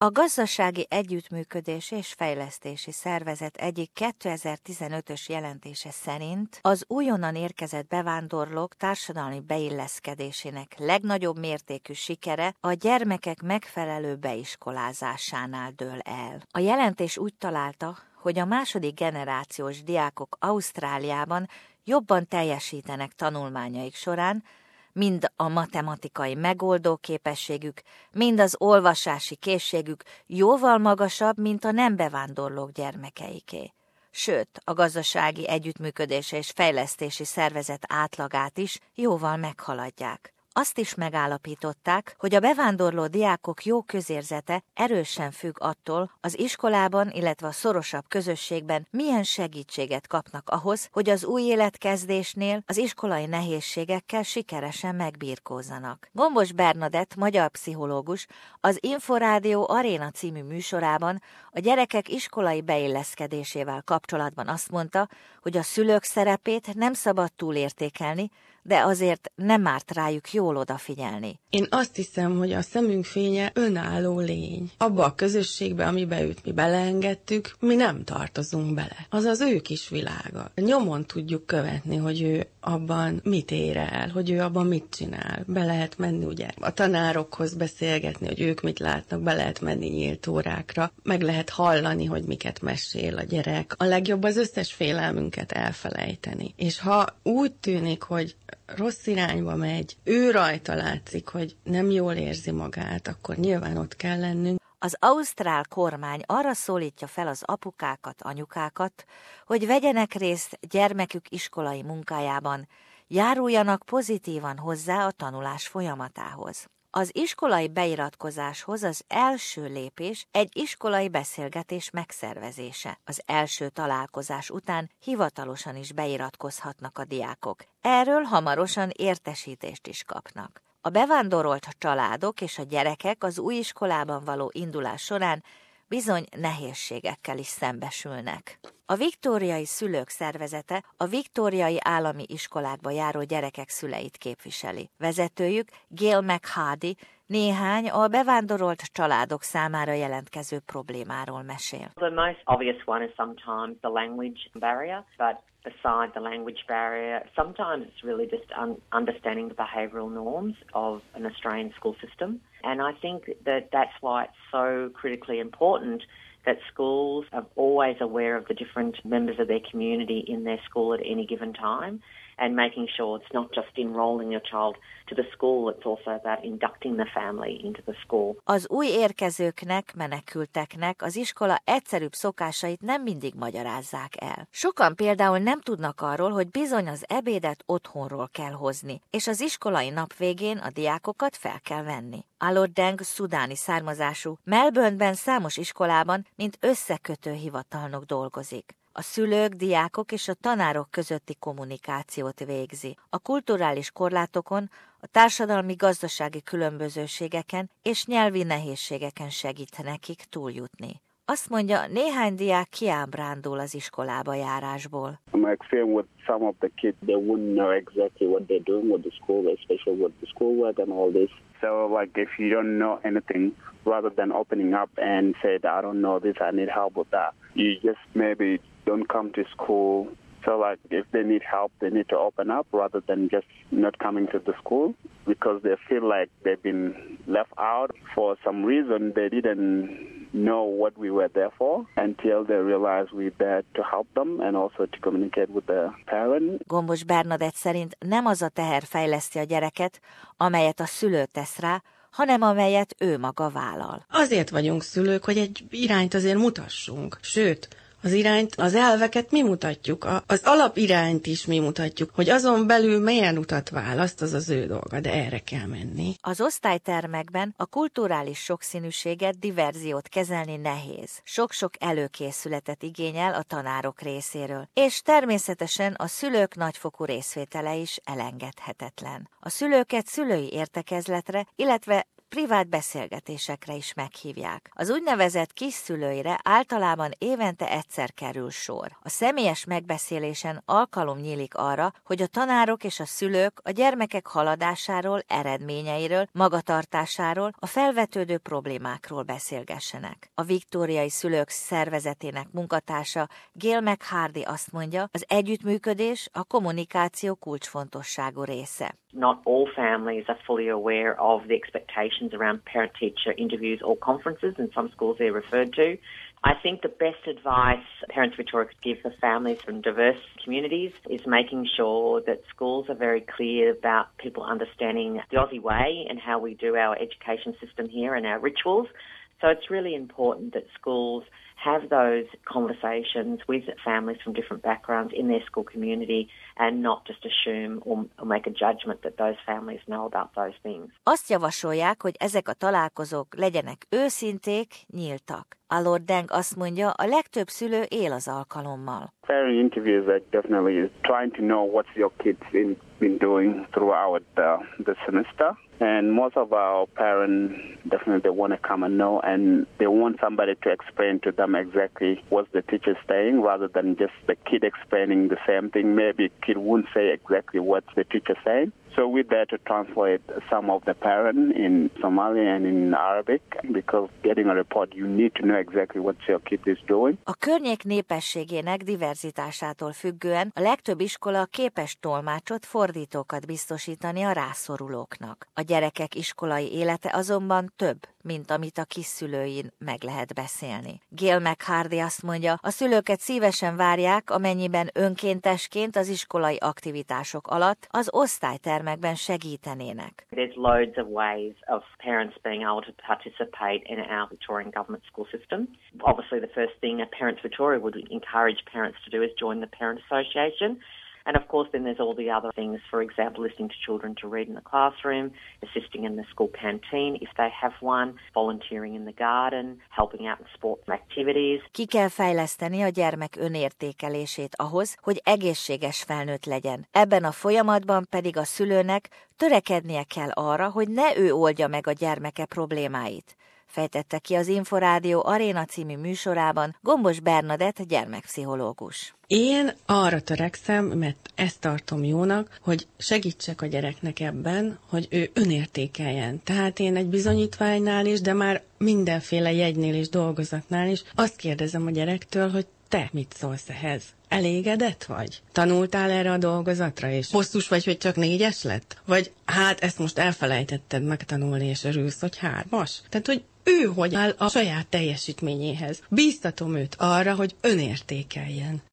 A Gazdasági Együttműködés és Fejlesztési Szervezet egyik 2015-ös jelentése szerint az újonnan érkezett bevándorlók társadalmi beilleszkedésének legnagyobb mértékű sikere a gyermekek megfelelő beiskolázásánál dől el. A jelentés úgy találta, hogy a második generációs diákok Ausztráliában jobban teljesítenek tanulmányaik során, mind a matematikai megoldó képességük, mind az olvasási készségük jóval magasabb, mint a nem bevándorlók gyermekeiké. Sőt, a Gazdasági Együttműködés és Fejlesztési Szervezet átlagát is jóval meghaladják. Azt is megállapították, hogy a bevándorló diákok jó közérzete erősen függ attól, az iskolában, illetve a szorosabb közösségben milyen segítséget kapnak ahhoz, hogy az új életkezdésnél az iskolai nehézségekkel sikeresen megbirkózzanak. Gombos Bernadett, magyar pszichológus, az Inforádió Aréna című műsorában a gyerekek iskolai beilleszkedésével kapcsolatban azt mondta, hogy a szülők szerepét nem szabad túlértékelni, de azért nem árt rájuk jól odafigyelni. Én azt hiszem, hogy a szemünk fénye önálló lény. Abba a közösségbe, amibe őt mi beleengedtük, mi nem tartozunk bele. Az az ő kis világa. Nyomon tudjuk követni, hogy ő abban mit ér el, hogy ő abban mit csinál. Be lehet menni ugye a tanárokhoz beszélgetni, hogy ők mit látnak, be lehet menni nyílt órákra, meg lehet hallani, hogy miket mesél a gyerek. A legjobb az összes félelmünket elfelejteni. És ha úgy tűnik, hogy rossz irányba megy, ő rajta látszik, hogy nem jól érzi magát, akkor nyilván ott kell lennünk. Az ausztrál kormány arra szólítja fel az apukákat, anyukákat, hogy vegyenek részt gyermekük iskolai munkájában, járuljanak pozitívan hozzá a tanulás folyamatához. Az iskolai beiratkozáshoz az első lépés egy iskolai beszélgetés megszervezése. Az első találkozás után hivatalosan is beiratkozhatnak a diákok. Erről hamarosan értesítést is kapnak. A bevándorolt családok és a gyerekek az új iskolában való indulás során bizony nehézségekkel is szembesülnek. A Viktóriai Szülők Szervezete a viktóriai állami iskolákba járó gyerekek szüleit képviseli. Vezetőjük Gail McHardy néhány a bevándorolt családok számára jelentkező problémáról mesél. The most obvious one is sometimes the language barrier, but beside the language barrier, sometimes it's really just understanding the behavioural norms of an Australian school system. And I think that that's why it's so critically important that schools are always aware of the different members of their community in their school at any given time, and making sure it's not just enrolling your child to the school, it's also about inducting the family into the school. Az új érkezőknek, menekülteknek az iskola egyszerűbb szokásait nem mindig magyarázzák el. Sokan például nem tudnak arról, hogy bizony az ebédet otthonról kell hozni, és az iskolai nap végén a diákokat fel kell venni. Alor Deng szudáni származású, Melbourneben számos iskolában, mint összekötő hivatalnok dolgozik. A szülők, diákok és a tanárok közötti kommunikációt végzi. A kulturális korlátokon, a társadalmi-gazdasági különbözőségeken és nyelvi nehézségeken segít nekik túljutni. Azt mondja, néhány diák kiábrándul az iskolába járásból. I'm experiencing with some of the kids, they wouldn't know exactly what they're doing with the school, especially with the schoolwork and all this. So like if you don't know anything, rather than opening up and say, I don't know this, I need help with that, you just maybe don't come to school. So like if they need help, they need to open up rather than just not coming to the school because they feel like they've been left out for some reason. They didn't know what we were there for until they realized we're there to help them and also to communicate with the parent. Gombos Bernadett szerint nem az a teher fejleszti a gyereket, amelyet a szülő tesz rá, hanem amelyet ő maga vállal. Azért vagyunk szülők, hogy egy irányt azért mutassunk. Sőt, az irányt, az elveket mi mutatjuk, az alapirányt is mi mutatjuk, hogy azon belül milyen utat választ, az az ő dolga, de erre kell menni. Az osztálytermekben a kulturális sokszínűséget, diverziót kezelni nehéz. Sok-sok előkészületet igényel a tanárok részéről, és természetesen a szülők nagyfokú részvétele is elengedhetetlen. A szülőket szülői értekezletre, illetve privát beszélgetésekre is meghívják. Az úgynevezett kisszülőire általában évente egyszer kerül sor. A személyes megbeszélésen alkalom nyílik arra, hogy a tanárok és a szülők a gyermekek haladásáról, eredményeiről, magatartásáról, a felvetődő problémákról beszélgessenek. A Viktóriai Szülők Szervezetének munkatársa Gail McHardy azt mondja, az együttműködés a kommunikáció kulcsfontosságú része. Not all families are fully aware of the expectations around parent-teacher interviews or conferences, and some schools they're referred to. I think the best advice Parents Victoria could give for families from diverse communities is making sure that schools are very clear about people understanding the Aussie way and how we do our education system here and our rituals. So it's really important that schools have those conversations with families from different backgrounds in their school community and not just assume or make a judgment that those families know about those things. Azt javasolják, hogy ezek a találkozók legyenek őszinték, nyíltak. Alor Deng azt mondja, a legtöbb szülő él az alkalommal. Parent interviews are definitely trying to know what your kids been doing throughout the semester. And most of our parents definitely want to come and know, and they want somebody to explain to them exactly what the teacher is saying rather than just the kid explaining the same thing. Maybe kid won't say exactly what the teacher is saying. So we're there to translate some of the parent in Somali and in Arabic, because getting a report, you need to know exactly what your kid is doing. A környék népességének diverzitásától függően a legtöbb iskola képes tolmácsot, fordítókat biztosítani a rászorulóknak. A gyerekek iskolai élete azonban több, mint amit a kisszülőin meg lehet beszélni. Gail McHardy azt mondja, a szülőket szívesen várják, amennyiben önkéntesként az iskolai aktivitások alatt az osztálytermekben segítenének. There's loads of ways of parents being able to participate in our Victorian government school system. Obviously the first thing Parents Victoria would encourage parents to do is join the Parent Association. And of course then there's all the other things, for example, listening to children to read in the classroom, assisting in the school canteen if they have one, volunteering in the garden, helping out in sports activities. Ki kell fejleszteni a gyermek önértékelését ahhoz, hogy egészséges felnőtt legyen. Ebben a folyamatban pedig a szülőnek törekednie kell arra, hogy ne ő oldja meg a gyermeke problémáit, fejtette ki az Inforádió Aréna című műsorában Gombos Bernadett gyermekpszichológus. Én arra törekszem, mert ezt tartom jónak, hogy segítsek a gyereknek ebben, hogy ő önértékeljen. Tehát én egy bizonyítványnál is, de már mindenféle jegynél és dolgozatnál is azt kérdezem a gyerektől, hogy te mit szólsz ehhez? Elégedett vagy? Tanultál erre a dolgozatra, és bosszus vagy, hogy csak 4-es lett? Vagy hát ezt most elfelejtetted megtanulni, és örülsz, hogy 3-as? Tehát, hogy ő hogy áll a saját teljesítményéhez. Bíztatom őt arra, hogy önértékeljen.